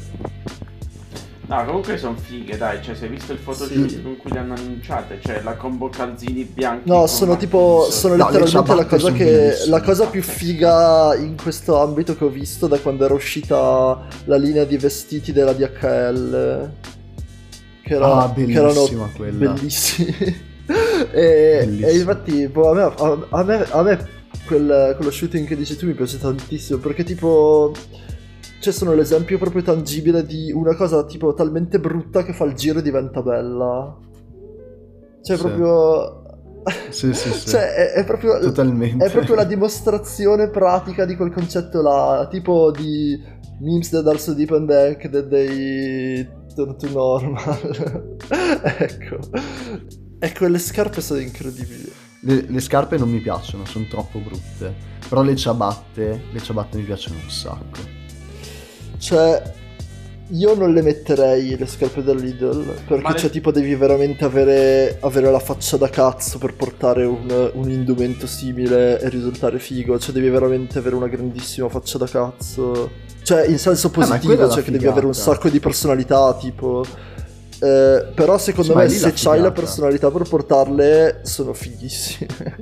No, comunque sono fighe, dai, cioè se hai visto il photoshoot Sì. con cui le hanno annunciate, cioè la combo calzini bianchi No, con sono macchine tipo, di sono No, le letteralmente la ciabatte cosa sono che, bellissime. la cosa più figa in questo ambito che ho visto da quando era uscita la linea di vestiti della D H L. Che, era, Ah, che erano bellissima quella. bellissimi. e, Bellissima. e infatti, boh, a me, a, a me, a me quel, quello shooting che dici tu mi piace tantissimo perché tipo... Cioè sono l'esempio proprio tangibile di una cosa tipo talmente brutta che fa il giro e diventa bella. Cioè Sì. proprio... Sì, sì, sì. Cioè è, è proprio... Totalmente. È proprio la dimostrazione pratica di quel concetto là. Tipo di memes that are so deep and dank that they turn to normal. Ecco. E quelle scarpe sono incredibili. Le, le scarpe non mi piacciono, sono troppo brutte. Però le ciabatte, le ciabatte mi piacciono un sacco. Cioè, io non le metterei le scarpe da Lidl perché Ma le- cioè tipo devi veramente avere, avere la faccia da cazzo per portare un, un indumento simile e risultare figo. Cioè devi veramente avere una grandissima faccia da cazzo. Cioè in senso ma quella positivo, è la cioè che devi figata. avere un sacco di personalità tipo. Eh, però secondo Sì, ma me è lì la se c'hai la figata. personalità per portarle sono fighissime.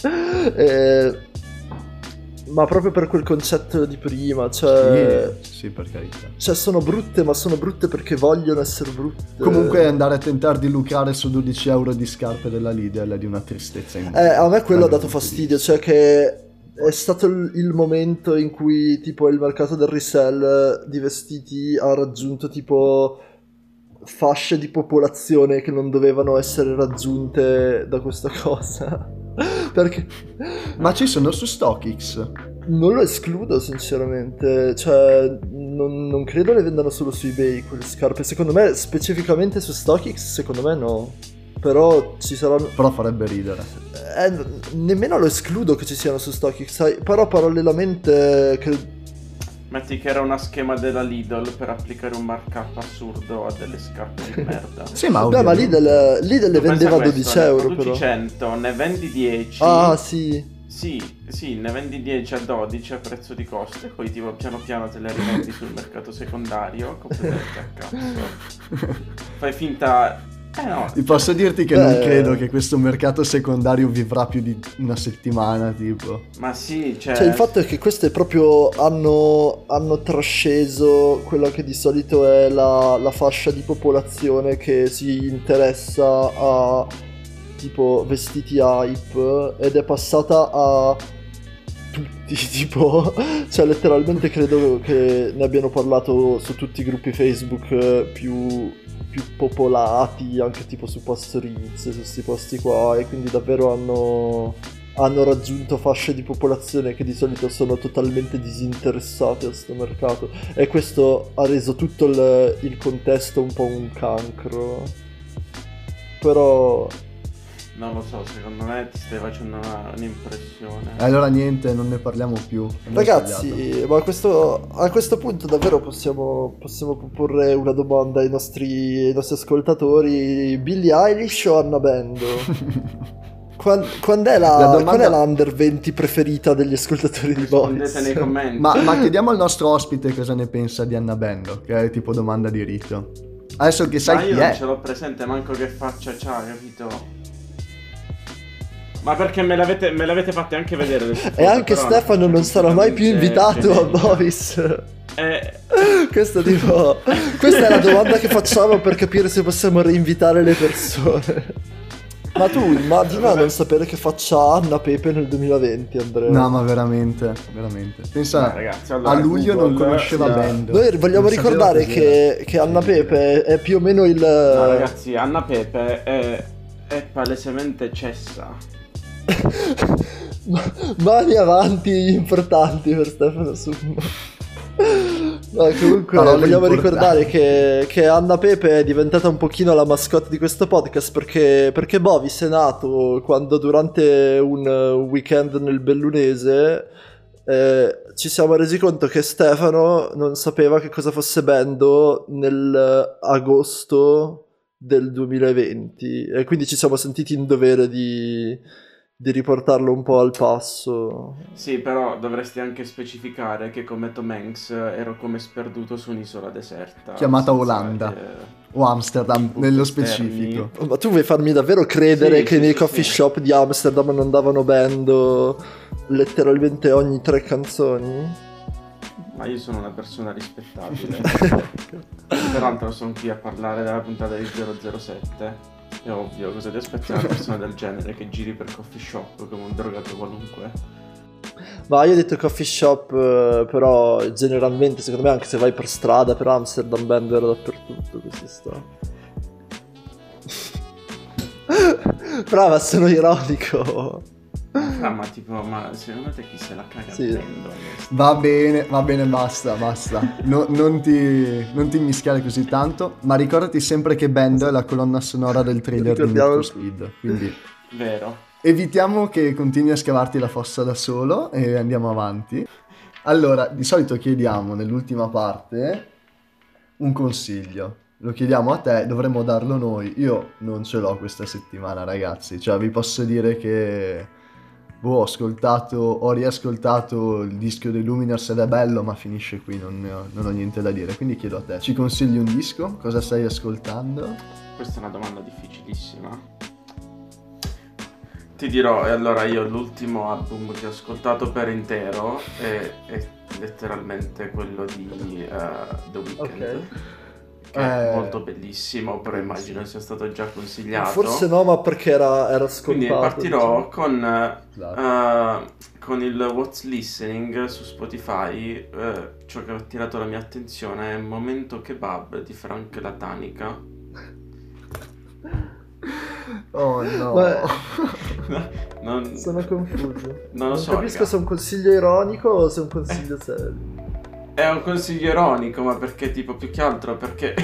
Eh, ma proprio per quel concetto di prima, cioè... Sì, sì, per carità. Cioè sono brutte, ma sono brutte perché vogliono essere brutte. Comunque andare a tentare di lucrare su dodici euro di scarpe della Lidl è di una tristezza in Eh, a me quello ha dal dato punto di fastidio, vista. cioè che è stato il, il momento in cui tipo il mercato del resell di vestiti ha raggiunto tipo fasce di popolazione che non dovevano essere raggiunte da questa cosa. Perché Ma ci sono su StockX? non lo escludo sinceramente, cioè non, non credo le vendano solo su eBay quelle scarpe, secondo me specificamente su StockX secondo me no, però ci saranno... Però farebbe ridere. Eh, n- nemmeno lo escludo che ci siano su StockX, sai, però parallelamente che... Metti che era una schema della Lidl per applicare un markup assurdo a delle scarpe di merda. Sì, ma Beh, ma ovvio, Lidl, Lidl le Tu pensa vendeva a questo, dodici ne euro produci però. cento, ne vendi dieci. Ah sì. Sì, sì, ne vendi dieci a dodici a prezzo di costo e poi tipo piano piano te le rivendi sul mercato secondario completamente a cazzo. Fai finta... Eh no, Ti posso dirti che Beh. non credo che questo mercato secondario vivrà più di una settimana, tipo. ma sì, cioè... Cioè il fatto è che queste proprio hanno, hanno trasceso quella che di solito è la, la fascia di popolazione che si interessa a tipo vestiti hype ed è passata a tutti tipo, cioè letteralmente credo che ne abbiano parlato su tutti i gruppi Facebook eh, più, più popolati, anche tipo su Pastoriz, su questi posti qua, e quindi davvero hanno, hanno raggiunto fasce di popolazione che di solito sono totalmente disinteressate a sto mercato, e questo ha reso tutto il, il contesto un po' un cancro. Però Non lo so, secondo me ti stai facendo una- un'impressione. Allora niente, non ne parliamo più. Abbiamo ragazzi, sbagliato. ma a questo, a questo punto davvero possiamo, possiamo porre una domanda ai nostri, ai nostri ascoltatori: Billie Eilish o Anna Bendo? Quan- Quando è la, La domanda- qual è la under venti preferita degli ascoltatori di Rispondete nei Voice? commenti. Ma, ma chiediamo al nostro ospite cosa ne pensa di Anna Bendo, che è tipo domanda di rito. Adesso che Ma sai io chi non è. ce l'ho presente manco che faccia c'ha, capito? Ma perché me l'avete, me l'avete fatte anche vedere le foto, E anche però Stefano non sarà mai più invitato a generiche. Bovis. Eh, Questo tipo Questa è la domanda che facciamo per capire se possiamo reinvitare le persone. Ma tu immagina Vabbè. non sapere che faccia Anna Pepe nel duemilaventi, Andrea. No, ma veramente, veramente. Pensa, No, ragazzi, allora, a luglio Google, non conosceva sì, Band. Noi vogliamo Non sapeva ricordare cos'era. che, che Anna Pepe è più o meno il... no, ragazzi, Anna Pepe è, è palesemente cessa. Ma- mani avanti importanti per Stefano Summa. No, comunque Parole vogliamo importanti. ricordare che, che Anna Pepe è diventata un pochino la mascotte di questo podcast perché, perché Bovis è nato quando durante un weekend nel Bellunese eh, ci siamo resi conto che Stefano non sapeva che cosa fosse Bendo nel agosto del duemilaventi e quindi ci siamo sentiti in dovere di, di riportarlo un po' al passo. Sì, però dovresti anche specificare che come Tom Hanks ero come sperduto su un'isola deserta. Chiamata senza Olanda. che- O Amsterdam, Buchi nello esterni. specifico. Oh, ma tu vuoi farmi davvero credere Sì, che sì, nei sì, coffee sì. shop di Amsterdam non davano Bando letteralmente ogni tre canzoni? Ma io sono una persona rispettabile. Peraltro sono qui a parlare della puntata di zero zero sette. È ovvio, cosa ti aspetti da una persona del genere che giri per coffee shop come un drogato qualunque? Ma io ho detto coffee shop, eh, però generalmente secondo me anche se vai per strada per Amsterdam Bando era dappertutto, così sta. Brava, sono ironico. Ah, ma tipo, ma secondo te chi se la caga Sì. Bando? Va bene, va bene, basta, basta. No- non, ti, non ti mischiare così tanto, ma ricordati sempre che Band è la colonna sonora del trailer di Need Ricordiamo- for Speed. Quindi Vero. evitiamo che continui a scavarti la fossa da solo e andiamo avanti. Allora, di solito chiediamo nell'ultima parte un consiglio. Lo chiediamo a te, dovremmo darlo noi. Io non ce l'ho questa settimana, ragazzi. Cioè, vi posso dire che boh, ho ascoltato, ho riascoltato il disco dei Luminers ed è bello, ma finisce qui, non, ne ho, non ho niente da dire. Quindi chiedo a te, ci consigli un disco? Cosa stai ascoltando? Questa è una domanda difficilissima. Ti dirò, e allora io l'ultimo album che ho ascoltato per intero è, è letteralmente quello di uh, The Weeknd. Ok. Che è Eh, molto bellissimo, però immagino sia stato già consigliato. Forse no, ma perché era, era scontato. Quindi partirò diciamo. con, eh, Esatto. con il What's Listening su Spotify. Eh, ciò che ha attirato la mia attenzione è Momento Kebab di Frank Latanica. Oh no. Ma- Non, Sono confuso. Non lo so, capisco raga. se è un consiglio ironico o se è un consiglio serio. È un consiglio ironico, ma perché tipo più che altro perché...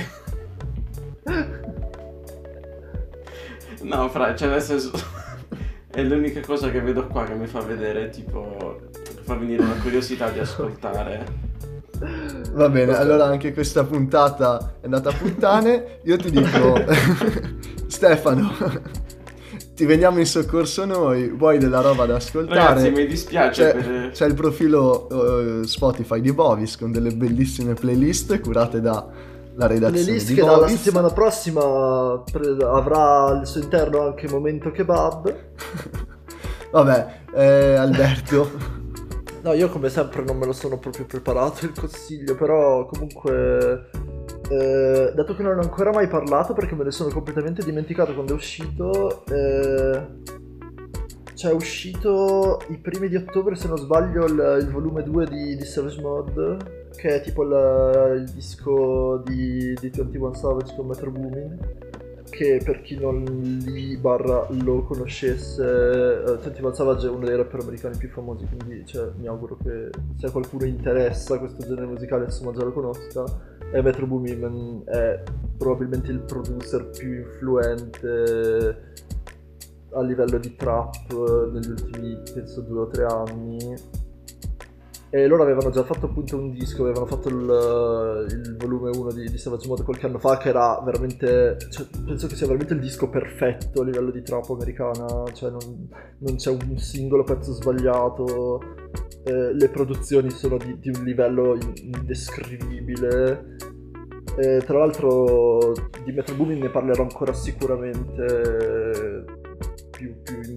No, fra, cioè nel senso... È l'unica cosa che vedo qua che mi fa vedere tipo... che fa venire una curiosità di ascoltare. Va bene, allora anche questa puntata è andata a puttane. Io ti dico, Stefano, ti veniamo in soccorso noi, vuoi della roba da ascoltare? Ragazzi, mi dispiace C'è, per... c'è il profilo eh, Spotify di Bovis con delle bellissime playlist curate da la redazione Playlist di che dalla Bovis. settimana prossima pre- avrà al suo interno anche Momento Kebab. Vabbè, eh, Alberto. No, io come sempre non me lo sono proprio preparato il consiglio, però comunque eh, dato che non ne ho ancora mai parlato perché me ne sono completamente dimenticato quando è uscito, eh, cioè è uscito i primi di ottobre se non sbaglio il, il volume due di, di Savage Mode, che è tipo il, il disco di, di ventuno Savage con Metro Boomin, che per chi non li barra lo conoscesse, uh, ventuno Savage è uno dei rapper americani più famosi, quindi cioè, mi auguro che se a qualcuno interessa questo genere musicale insomma già lo conosca. E Metro Boomin è probabilmente il producer più influente a livello di trap negli ultimi penso due o tre anni. E loro avevano già fatto appunto un disco, avevano fatto il, il volume uno di, di Savage Mode qualche anno fa, che era veramente, cioè, penso che sia veramente il disco perfetto a livello di trap americana, cioè non, non c'è un singolo pezzo sbagliato, eh, le produzioni sono di, di un livello indescrivibile. E tra l'altro di Metro Boomin ne parlerò ancora sicuramente più, più in, in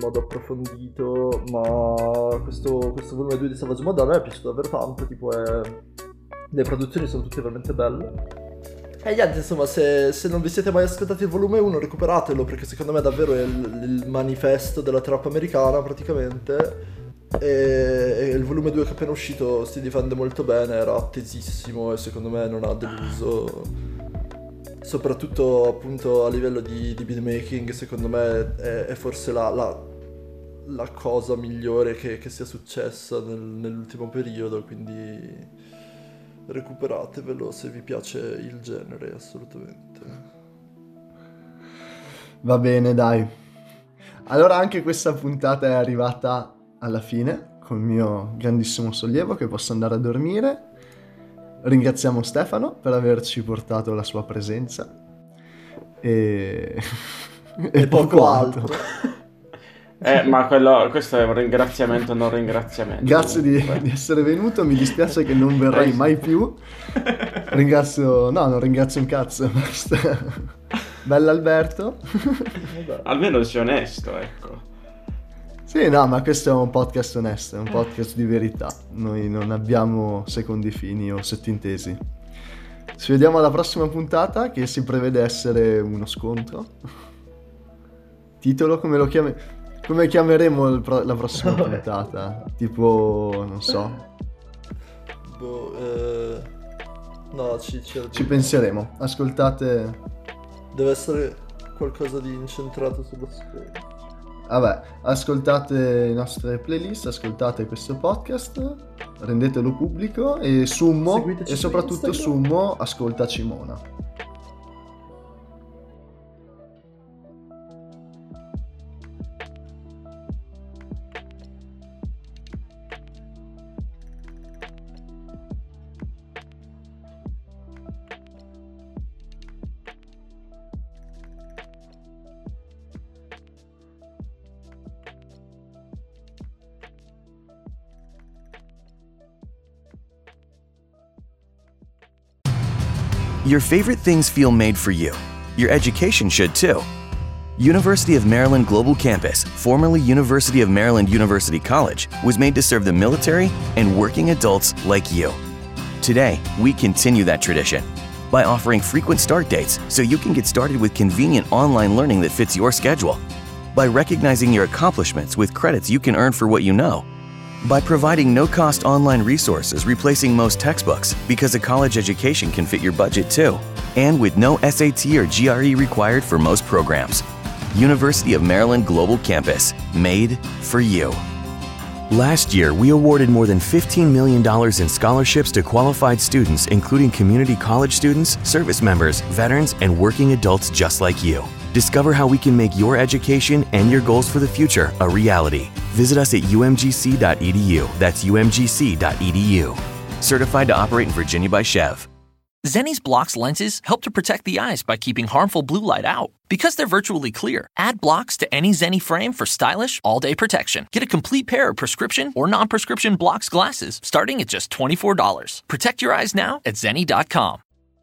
modo approfondito, ma questo, questo volume due di Savage Mode a me è piaciuto davvero tanto, tipo è... le produzioni sono tutte veramente belle. E niente, insomma, se, se non vi siete mai ascoltati il volume uno, recuperatelo, perché secondo me davvero è il, il manifesto della trap americana praticamente. E, e il volume due che è appena uscito si difende molto bene, era attesissimo e secondo me non ha deluso, soprattutto appunto a livello di, di beatmaking. Secondo me è, è forse la, la, la cosa migliore che, che sia successa nel, nell'ultimo periodo, quindi recuperatevelo se vi piace il genere, assolutamente. Va bene, dai. Allora anche questa puntata è arrivata alla fine, con il mio grandissimo sollievo che posso andare a dormire. Ringraziamo Stefano per averci portato la sua presenza e, e, e poco, poco altro. altro. Eh, ma quello, questo è un ringraziamento, non ringraziamento. Grazie di, di essere venuto, mi dispiace che non verrai mai più. Ringrazio, no, non ringrazio un cazzo. Bella Alberto. Almeno sei onesto, ecco. Sì, no, ma questo è un podcast onesto, è un podcast di verità. Noi non abbiamo secondi fini o settintesi. Ci vediamo alla prossima puntata, che si prevede essere uno scontro. Titolo, come lo chiami? Come chiameremo il pro- la prossima puntata? Tipo, non so. Boh, eh... no, ci, ci, ci penseremo. Ascoltate. Deve essere qualcosa di incentrato sullo schermo. Vabbè, ascoltate le nostre playlist, ascoltate questo podcast, rendetelo pubblico e Summo, seguiteci e soprattutto Summo, ascolta Cimona. Your favorite things feel made for you. Your education should too. University of Maryland Global Campus, formerly University of Maryland University College, was made to serve the military and working adults like you. Today, we continue that tradition by offering frequent start dates so you can get started with convenient online learning that fits your schedule, by recognizing your accomplishments with credits you can earn for what you know, by providing no-cost online resources replacing most textbooks because a college education can fit your budget too, and with no S A T or G R E required for most programs. University of Maryland Global Campus, made for you. Last year, we awarded more than fifteen million dollars in scholarships to qualified students, including community college students, service members, veterans, and working adults just like you. Discover how we can make your education and your goals for the future a reality. Visit us at U M G C dot E D U. That's U M G C dot E D U. Certified to operate in Virginia by Chev. Zenni's Blocks lenses help to protect the eyes by keeping harmful blue light out. Because they're virtually clear, add Blocks to any Zenni frame for stylish, all-day protection. Get a complete pair of prescription or non-prescription Blocks glasses starting at just twenty-four dollars. Protect your eyes now at Zenni dot com.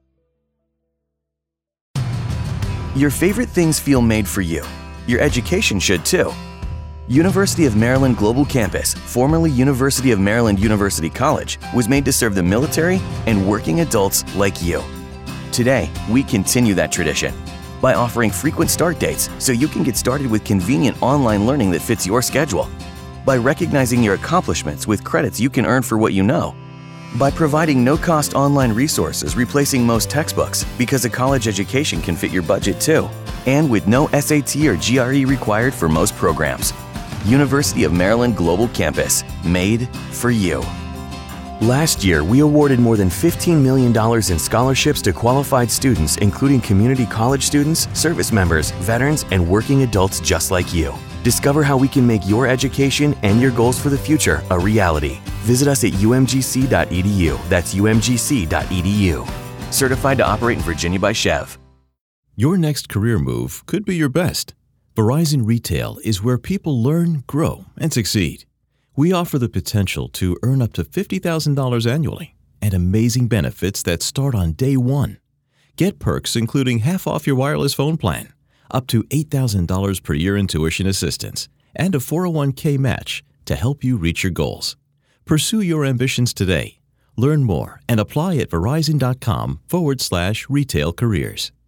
Your favorite things feel made for you. Your education should too. University of Maryland Global Campus, formerly University of Maryland University College, was made to serve the military and working adults like you. Today, we continue that tradition by offering frequent start dates so you can get started with convenient online learning that fits your schedule, by recognizing your accomplishments with credits you can earn for what you know, by providing no-cost online resources replacing most textbooks because a college education can fit your budget too, and with no S A T or G R E required for most programs. University of Maryland Global Campus, made for you. Last year, we awarded more than fifteen million dollars in scholarships to qualified students, including community college students, service members, veterans, and working adults just like you. Discover how we can make your education and your goals for the future a reality. Visit us at U M G C dot E D U. That's U M G C dot E D U. Certified to operate in Virginia by Chev. Your next career move could be your best. Verizon Retail is where people learn, grow, and succeed. We offer the potential to earn up to fifty thousand dollars annually and amazing benefits that start on day one. Get perks including half off your wireless phone plan, up to eight thousand dollars per year in tuition assistance, and a four oh one k match to help you reach your goals. Pursue your ambitions today. Learn more and apply at verizon.com forward slash retail careers.